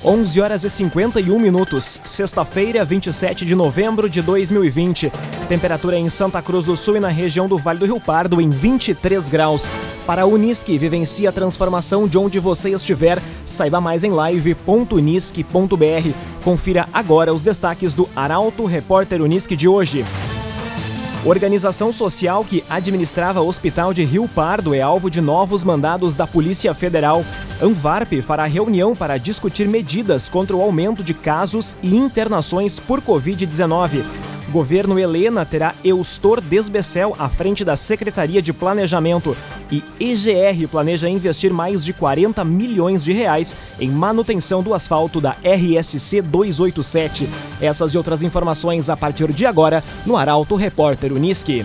11h51, sexta-feira, 27 de novembro de 2020. Temperatura em Santa Cruz do Sul e na região do Vale do Rio Pardo em 23 graus. Para a Unisque, vivencie a transformação de onde você estiver. Saiba mais em live.unisque.br. Confira agora os destaques do Arauto Repórter Unisque de hoje. Organização social que administrava o Hospital de Rio Pardo é alvo de novos mandados da Polícia Federal. Anvarp fará reunião para discutir medidas contra o aumento de casos e internações por Covid-19. Governo Helena terá Eustor Desbecel à frente da Secretaria de Planejamento. E EGR planeja investir mais de 40 milhões de reais em manutenção do asfalto da RSC 287. Essas e outras informações a partir de agora no Arauto Repórter Unisque.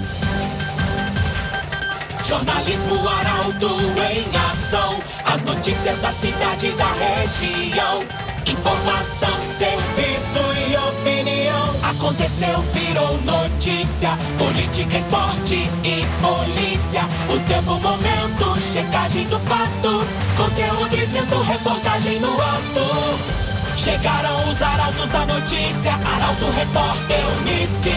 Jornalismo Arauto em ação. As notícias da cidade e da região. Informação, serviço e opinião. Aconteceu, virou notícia. Política, esporte e polícia. O tempo, momento, checagem do fato. Conteúdo dizendo, reportagem no ato. Chegaram os arautos da notícia. Arauto Repórter Unisque.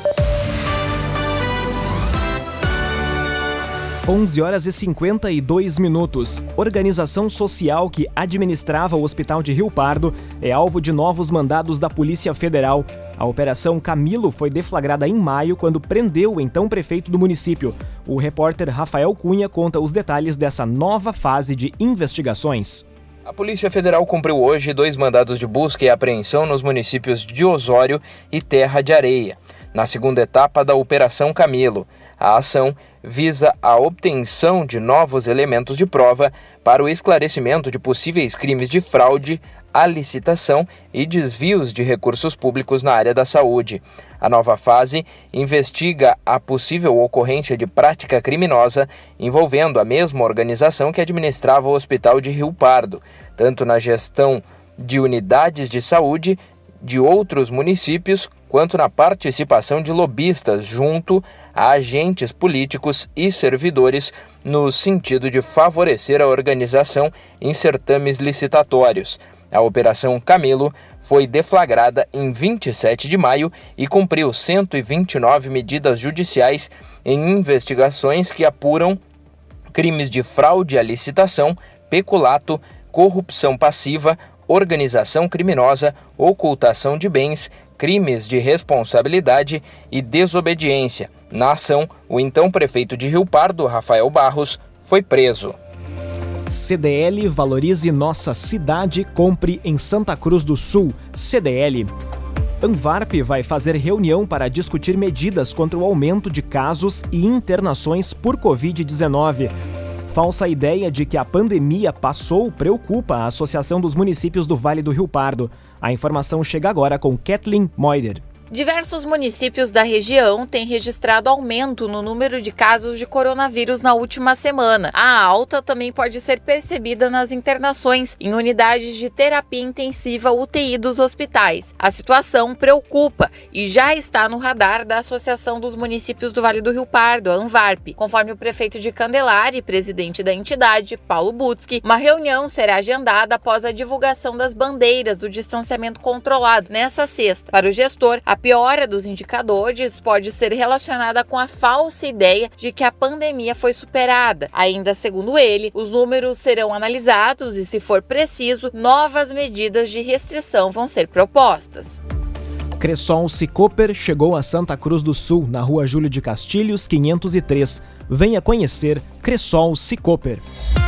11h52. Organização social que administrava o Hospital de Rio Pardo é alvo de novos mandados da Polícia Federal. A Operação Camilo foi deflagrada em maio, quando prendeu o então prefeito do município. O repórter Rafael Cunha conta os detalhes dessa nova fase de investigações. A Polícia Federal cumpriu hoje 2 mandados de busca e apreensão nos municípios de Osório e Terra de Areia, na segunda etapa da Operação Camilo. A ação visa a obtenção de novos elementos de prova para o esclarecimento de possíveis crimes de fraude, à licitação e desvios de recursos públicos na área da saúde. A nova fase investiga a possível ocorrência de prática criminosa envolvendo a mesma organização que administrava o Hospital de Rio Pardo, tanto na gestão de unidades de saúde de outros municípios, quanto na participação de lobistas junto a agentes políticos e servidores no sentido de favorecer a organização em certames licitatórios. A Operação Camilo foi deflagrada em 27 de maio e cumpriu 129 medidas judiciais em investigações que apuram crimes de fraude à licitação, peculato, corrupção passiva, organização criminosa, ocultação de bens, crimes de responsabilidade e desobediência. Na ação, o então prefeito de Rio Pardo, Rafael Barros, foi preso. CDL Valorize Nossa Cidade, compre em Santa Cruz do Sul. CDL. Anvarp vai fazer reunião para discutir medidas contra o aumento de casos e internações por Covid-19. Falsa ideia de que a pandemia passou preocupa a Associação dos Municípios do Vale do Rio Pardo. A informação chega agora com Kathleen Moider. Diversos municípios da região têm registrado aumento no número de casos de coronavírus na última semana. A alta também pode ser percebida nas internações em unidades de terapia intensiva UTI dos hospitais. A situação preocupa e já está no radar da Associação dos Municípios do Vale do Rio Pardo, a Anvarp. Conforme o prefeito de Candelária e presidente da entidade, Paulo Butzki, uma reunião será agendada após a divulgação das bandeiras do distanciamento controlado nesta sexta. Para o gestor, a piora dos indicadores pode ser relacionada com a falsa ideia de que a pandemia foi superada. Ainda segundo ele, os números serão analisados e, se for preciso, novas medidas de restrição vão ser propostas. Cressol Cicoper chegou a Santa Cruz do Sul, na Rua Júlio de Castilhos, 503. Venha conhecer Cressol Cicoper.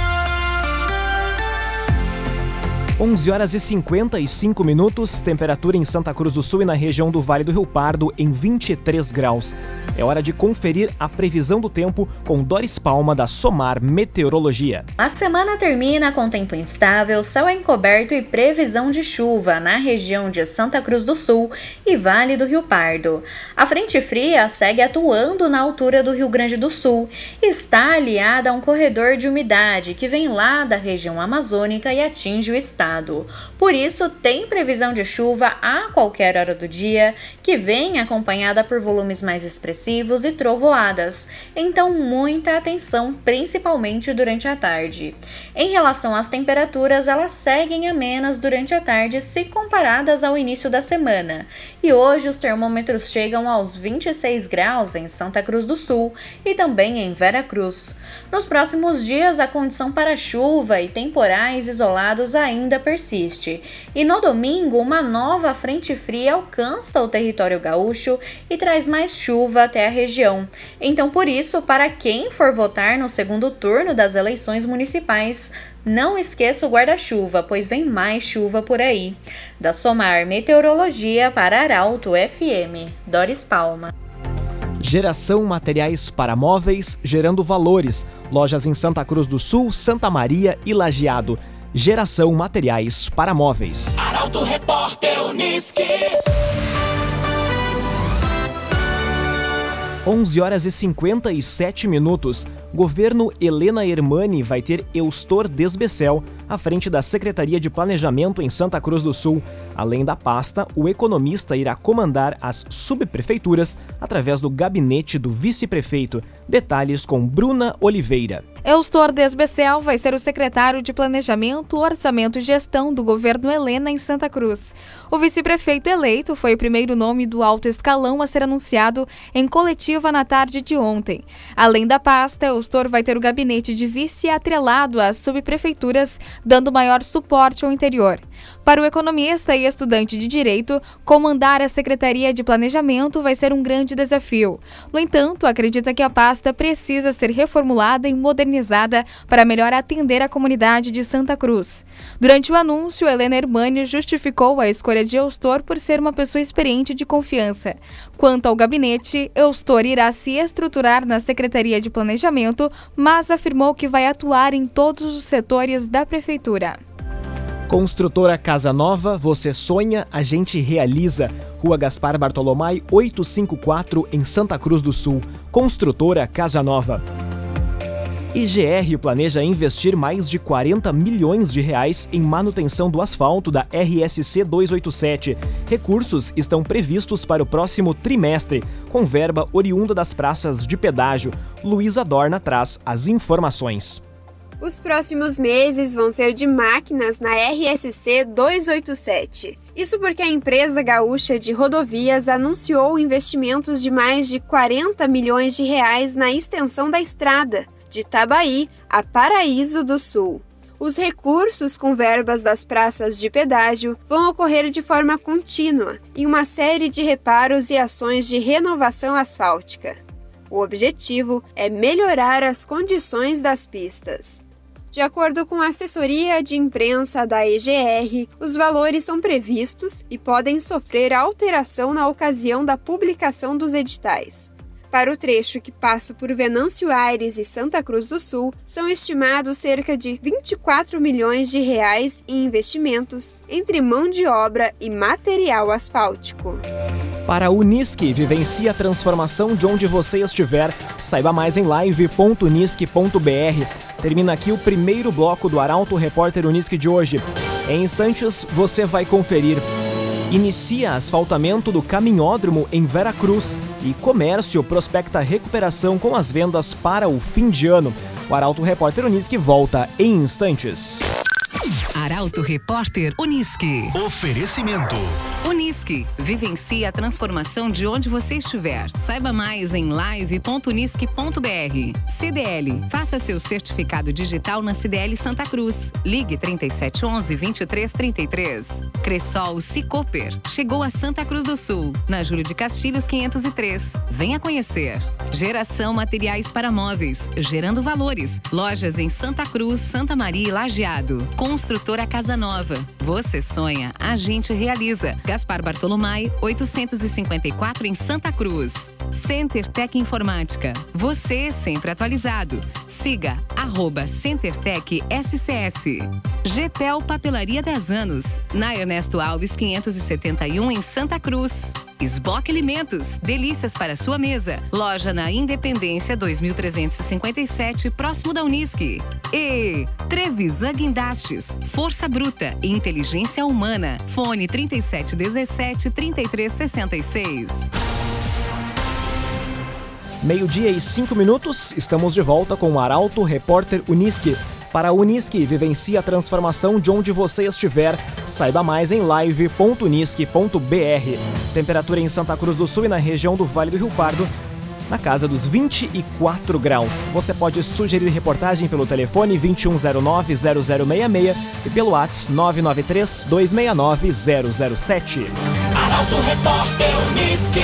11h55, temperatura em Santa Cruz do Sul e na região do Vale do Rio Pardo em 23 graus. É hora de conferir a previsão do tempo com Doris Palma, da Somar Meteorologia. A semana termina com tempo instável, céu encoberto e previsão de chuva na região de Santa Cruz do Sul e Vale do Rio Pardo. A frente fria segue atuando na altura do Rio Grande do Sul e está aliada a um corredor de umidade que vem lá da região amazônica e atinge o estado estado. Por isso, tem previsão de chuva a qualquer hora do dia, que vem acompanhada por volumes mais expressivos e trovoadas. Então, muita atenção, principalmente durante a tarde. Em relação às temperaturas, elas seguem amenas durante a tarde se comparadas ao início da semana. E hoje os termômetros chegam aos 26 graus em Santa Cruz do Sul e também em Vera Cruz. Nos próximos dias, a condição para chuva e temporais isolados ainda persiste. E no domingo, uma nova frente fria alcança o território gaúcho e traz mais chuva até a região. Então, por isso, para quem for votar no segundo turno das eleições municipais, não esqueça o guarda-chuva, pois vem mais chuva por aí. Da Somar Meteorologia para Arauto FM, Doris Palma. Geração Materiais para Móveis, gerando valores. Lojas em Santa Cruz do Sul, Santa Maria e Lajeado. Geração Materiais para Móveis. Arauto Repórter Unisque. 11h57. Governo Helena Hermani vai ter Eustor Desbecel à frente da Secretaria de Planejamento em Santa Cruz do Sul. Além da pasta, o economista irá comandar as subprefeituras através do gabinete do vice-prefeito. Detalhes com Bruna Oliveira. Eustor Desbecel vai ser o secretário de Planejamento, Orçamento e Gestão do governo Helena em Santa Cruz. O vice-prefeito eleito foi o primeiro nome do alto escalão a ser anunciado em coletiva na tarde de ontem. Além da pasta, Eustor vai ter o gabinete de vice atrelado às subprefeituras, dando maior suporte ao interior. Para o economista e estudante de Direito, comandar a Secretaria de Planejamento vai ser um grande desafio. No entanto, acredita que a pasta precisa ser reformulada e modernizada para melhor atender a comunidade de Santa Cruz. Durante o anúncio, Helena Hermani justificou a escolha de Eustor por ser uma pessoa experiente e de confiança. Quanto ao gabinete, Eustor irá se estruturar na Secretaria de Planejamento, mas afirmou que vai atuar em todos os setores da Prefeitura. Construtora Casa Nova, você sonha, a gente realiza. Rua Gaspar Bartolomai, 854, em Santa Cruz do Sul. Construtora Casa Nova. IGR planeja investir mais de 40 milhões de reais em manutenção do asfalto da RSC 287. Recursos estão previstos para o próximo trimestre, com verba oriunda das praças de pedágio. Luísa Dorna traz as informações. Os próximos meses vão ser de máquinas na RSC 287. Isso porque a empresa gaúcha de rodovias anunciou investimentos de mais de 40 milhões de reais na extensão da estrada, de Itabaí a Paraíso do Sul. Os recursos com verbas das praças de pedágio vão ocorrer de forma contínua, em uma série de reparos e ações de renovação asfáltica. O objetivo é melhorar as condições das pistas. De acordo com a assessoria de imprensa da EGR, os valores são previstos e podem sofrer alteração na ocasião da publicação dos editais. Para o trecho que passa por Venâncio Aires e Santa Cruz do Sul, são estimados cerca de 24 milhões de reais em investimentos entre mão de obra e material asfáltico. Para a Unisque, vivencie a transformação de onde você estiver. Saiba mais em live.unisque.br. Termina aqui o primeiro bloco do Arauto Repórter Unisque de hoje. Em instantes, você vai conferir. Inicia asfaltamento do caminhódromo em Vera Cruz e comércio prospecta recuperação com as vendas para o fim de ano. O Arauto Repórter Unisque volta em instantes. Arauto Repórter Unisque. Oferecimento. Unisque. Vivencie a transformação de onde você estiver. Saiba mais em live.unisque.br. CDL. Faça seu certificado digital na CDL Santa Cruz. Ligue 3711-2333. Cressol Cicoper. Chegou a Santa Cruz do Sul, na Júlio de Castilhos 503. Venha conhecer. Geração Materiais para Móveis. Gerando valores. Lojas em Santa Cruz, Santa Maria e Lajeado. Construtora Casa Nova. Você sonha, a gente realiza. Gaspar Bartolomai, 854 em Santa Cruz. CenterTech Informática. Você sempre atualizado. Siga @CenterTech-SCS. GPEL Papelaria 10 anos. Na Ernesto Alves 571 em Santa Cruz. Sbock Alimentos, delícias para sua mesa. Loja na Independência 2357, próximo da Unisque. E Trevisan Guindastes, força bruta e inteligência humana. Fone 3717-3366. 12:05, estamos de volta com o Arauto Repórter Unisque. Para a Unisque, vivencie a transformação de onde você estiver. Saiba mais em live.unisque.br. Temperatura em Santa Cruz do Sul e na região do Vale do Rio Pardo, na casa dos 24 graus. Você pode sugerir reportagem pelo telefone 2109-0066 e pelo WhatsApp 993-269-007. Arauto Repórter Unisque.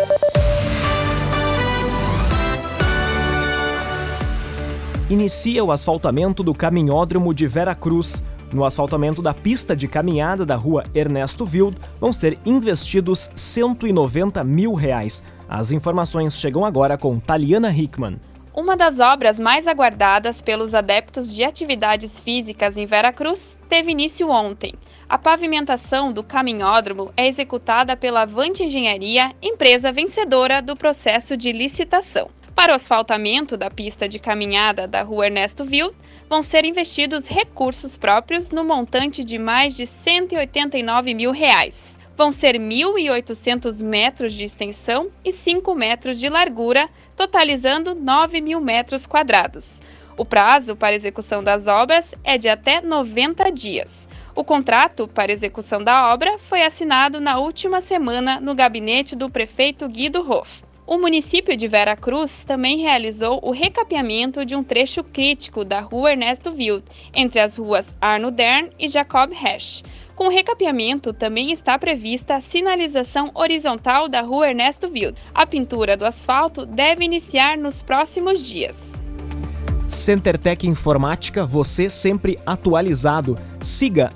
Inicia o asfaltamento do caminhódromo de Vera Cruz. No asfaltamento da pista de caminhada da rua Ernesto Wild, vão ser investidos R$190 mil. As informações chegam agora com Taliana Hickman. Uma das obras mais aguardadas pelos adeptos de atividades físicas em Vera Cruz teve início ontem. A pavimentação do caminhódromo é executada pela Avante Engenharia, empresa vencedora do processo de licitação. Para o asfaltamento da pista de caminhada da rua Ernesto Wild, vão ser investidos recursos próprios no montante de mais de R$189 mil. Vão ser 1.800 metros de extensão e 5 metros de largura, totalizando 9 mil metros quadrados. O prazo para execução das obras é de até 90 dias. O contrato para execução da obra foi assinado na última semana no gabinete do prefeito Guido Hoff. O município de Vera Cruz também realizou o recapeamento de um trecho crítico da rua Ernesto Wild, entre as ruas Arno Dern e Jacob Hesch. Com o recapeamento, também está prevista a sinalização horizontal da rua Ernesto Wild. A pintura do asfalto deve iniciar nos próximos dias. CenterTech Informática, você sempre atualizado. Siga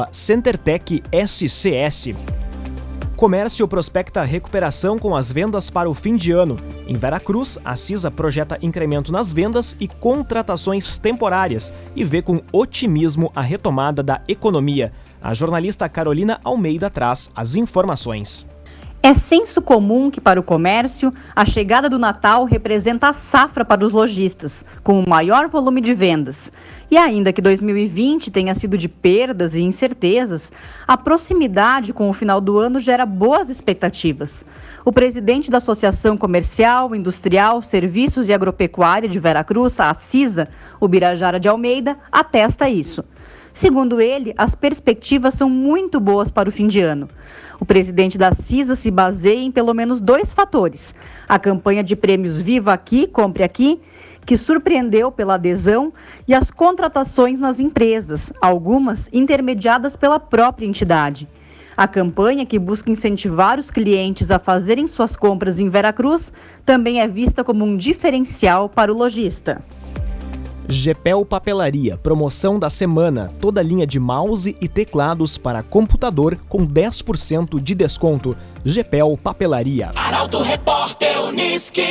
@CenterTechSCS. Comércio prospecta recuperação com as vendas para o fim de ano. Em Vera Cruz, a CISA projeta incremento nas vendas e contratações temporárias e vê com otimismo a retomada da economia. A jornalista Carolina Almeida traz as informações. É senso comum que, para o comércio, a chegada do Natal representa a safra para os lojistas, com o maior volume de vendas. E ainda que 2020 tenha sido de perdas e incertezas, a proximidade com o final do ano gera boas expectativas. O presidente da Associação Comercial, Industrial, Serviços e Agropecuária de Vera Cruz, a CISA, o Birajara de Almeida, atesta isso. Segundo ele, as perspectivas são muito boas para o fim de ano. O presidente da CISA se baseia em pelo menos 2 fatores. A campanha de prêmios Viva Aqui, Compre Aqui, que surpreendeu pela adesão, e as contratações nas empresas, algumas intermediadas pela própria entidade. A campanha, que busca incentivar os clientes a fazerem suas compras em Vera Cruz, também é vista como um diferencial para o lojista. GPEL Papelaria, promoção da semana, toda linha de mouse e teclados para computador com 10% de desconto. GPEL Papelaria. Arauto Repórter Unisque.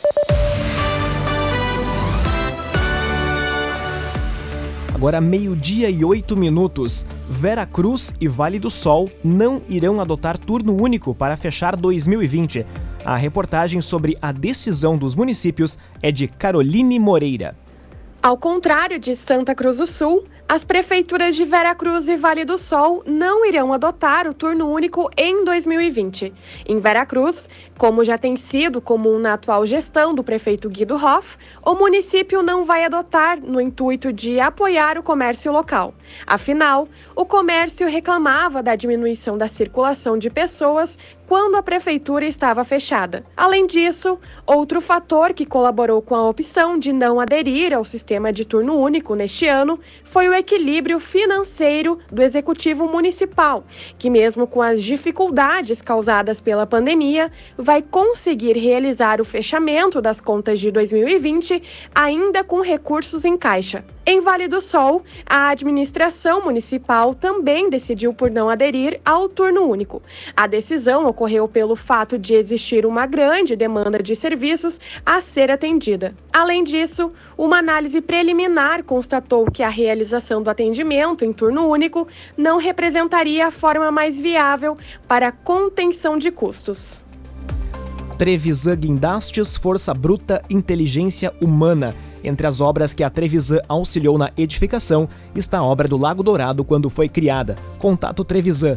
Agora 12:08. Vera Cruz e Vale do Sol não irão adotar turno único para fechar 2020. A reportagem sobre a decisão dos municípios é de Caroline Moreira. Ao contrário de Santa Cruz do Sul, as prefeituras de Vera Cruz e Vale do Sol não irão adotar o turno único em 2020. Em Vera Cruz, como já tem sido comum na atual gestão do prefeito Guido Hoff, o município não vai adotar no intuito de apoiar o comércio local. Afinal, o comércio reclamava da diminuição da circulação de pessoas quando a prefeitura estava fechada. Além disso, outro fator que colaborou com a opção de não aderir ao sistema de turno único neste ano foi o equilíbrio financeiro do Executivo Municipal, que mesmo com as dificuldades causadas pela pandemia, vai conseguir realizar o fechamento das contas de 2020 ainda com recursos em caixa. Em Vale do Sol, a administração municipal também decidiu por não aderir ao turno único. A decisão ocorreu pelo fato de existir uma grande demanda de serviços a ser atendida. Além disso, uma análise preliminar constatou que a realização do atendimento em turno único não representaria a forma mais viável para a contenção de custos. Trevisan Guindastes, Força Bruta, Inteligência Humana. Entre as obras que a Trevisan auxiliou na edificação está a obra do Lago Dourado quando foi criada. Contato Trevisan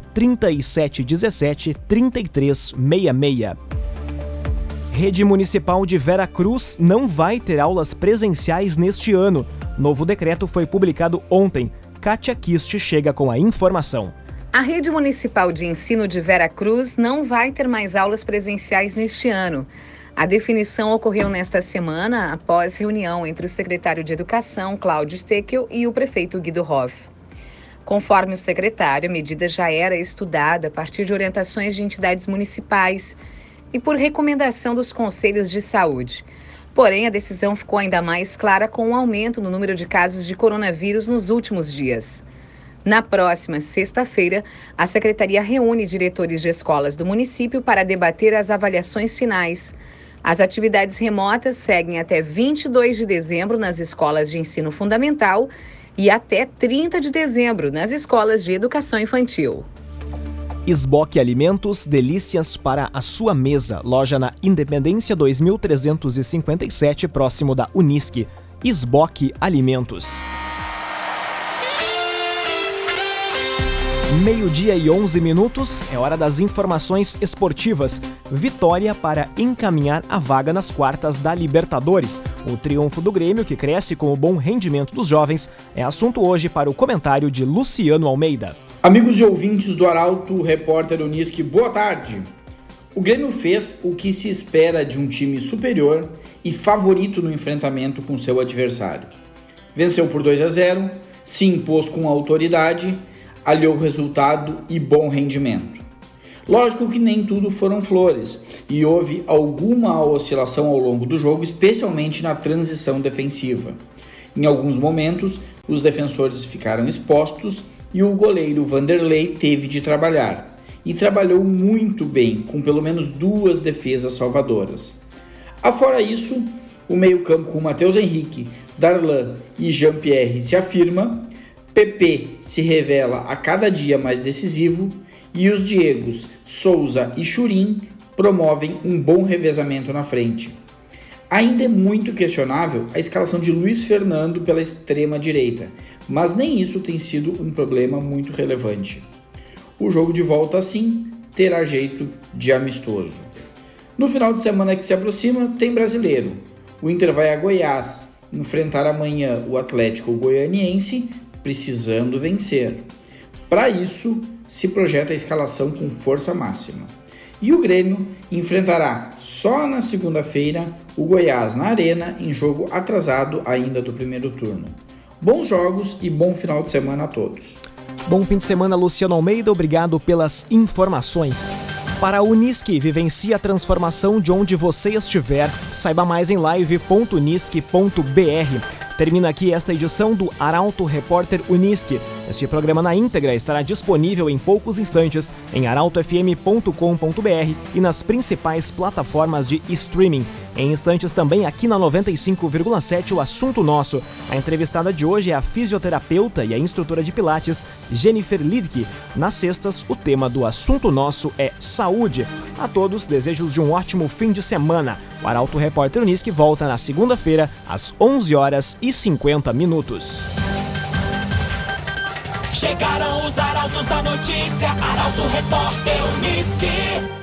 3717-3366. Rede Municipal de Vera Cruz não vai ter aulas presenciais neste ano. Novo decreto foi publicado ontem. Kátia Kist chega com a informação. A Rede Municipal de Ensino de Vera Cruz não vai ter mais aulas presenciais neste ano. A definição ocorreu nesta semana após reunião entre o secretário de Educação, Cláudio Steckel, e o prefeito Guido Hoff. Conforme o secretário, a medida já era estudada a partir de orientações de entidades municipais e por recomendação dos conselhos de saúde. Porém, a decisão ficou ainda mais clara com o aumento no número de casos de coronavírus nos últimos dias. Na próxima sexta-feira, a secretaria reúne diretores de escolas do município para debater as avaliações finais. As atividades remotas seguem até 22 de dezembro nas escolas de ensino fundamental e até 30 de dezembro nas escolas de educação infantil. Esboque Alimentos, delícias para a sua mesa. Loja na Independência 2357, próximo da Unisque. Esboque Alimentos. 12:11, é hora das informações esportivas. Vitória para encaminhar a vaga nas quartas da Libertadores. O triunfo do Grêmio, que cresce com o bom rendimento dos jovens, é assunto hoje para o comentário de Luciano Almeida. Amigos e ouvintes do Arauto, repórter Unisque, boa tarde. O Grêmio fez o que se espera de um time superior e favorito no enfrentamento com seu adversário. Venceu por 2-0, se impôs com autoridade, aliou resultado e bom rendimento. Lógico que nem tudo foram flores e houve alguma oscilação ao longo do jogo, especialmente na transição defensiva. Em alguns momentos, os defensores ficaram expostos e o goleiro Vanderlei teve de trabalhar. E trabalhou muito bem, com pelo menos 2 defesas salvadoras. Afora isso, o meio-campo com Matheus Henrique, Darlan e Jean-Pierre se afirma, PP se revela a cada dia mais decisivo e os Diegos, Souza e Churin promovem um bom revezamento na frente. Ainda é muito questionável a escalação de Luiz Fernando pela extrema direita, mas nem isso tem sido um problema muito relevante. O jogo de volta, assim, terá jeito de amistoso. No final de semana que se aproxima, tem brasileiro. O Inter vai a Goiás enfrentar amanhã o Atlético Goianiense, precisando vencer. Para isso, se projeta a escalação com força máxima. E o Grêmio enfrentará só na segunda-feira o Goiás na Arena, em jogo atrasado ainda do primeiro turno. Bons jogos e bom final de semana a todos. Bom fim de semana, Luciano Almeida. Obrigado pelas informações. Para a Unisque, vivencie a transformação de onde você estiver. Saiba mais em live.unisque.br. Termina aqui esta edição do Arauto Repórter Unisque. Este programa na íntegra estará disponível em poucos instantes em arautofm.com.br e nas principais plataformas de streaming. Em instantes também aqui na 95,7 o Assunto Nosso. A entrevistada de hoje é a fisioterapeuta e a instrutora de pilates Jennifer Lidke. Nas sextas, o tema do Assunto Nosso é saúde. A todos, desejos de um ótimo fim de semana. O Arauto Repórter Unisque volta na segunda-feira, às 11h50. Chegaram os arautos da notícia, Arauto Repórter Unisque.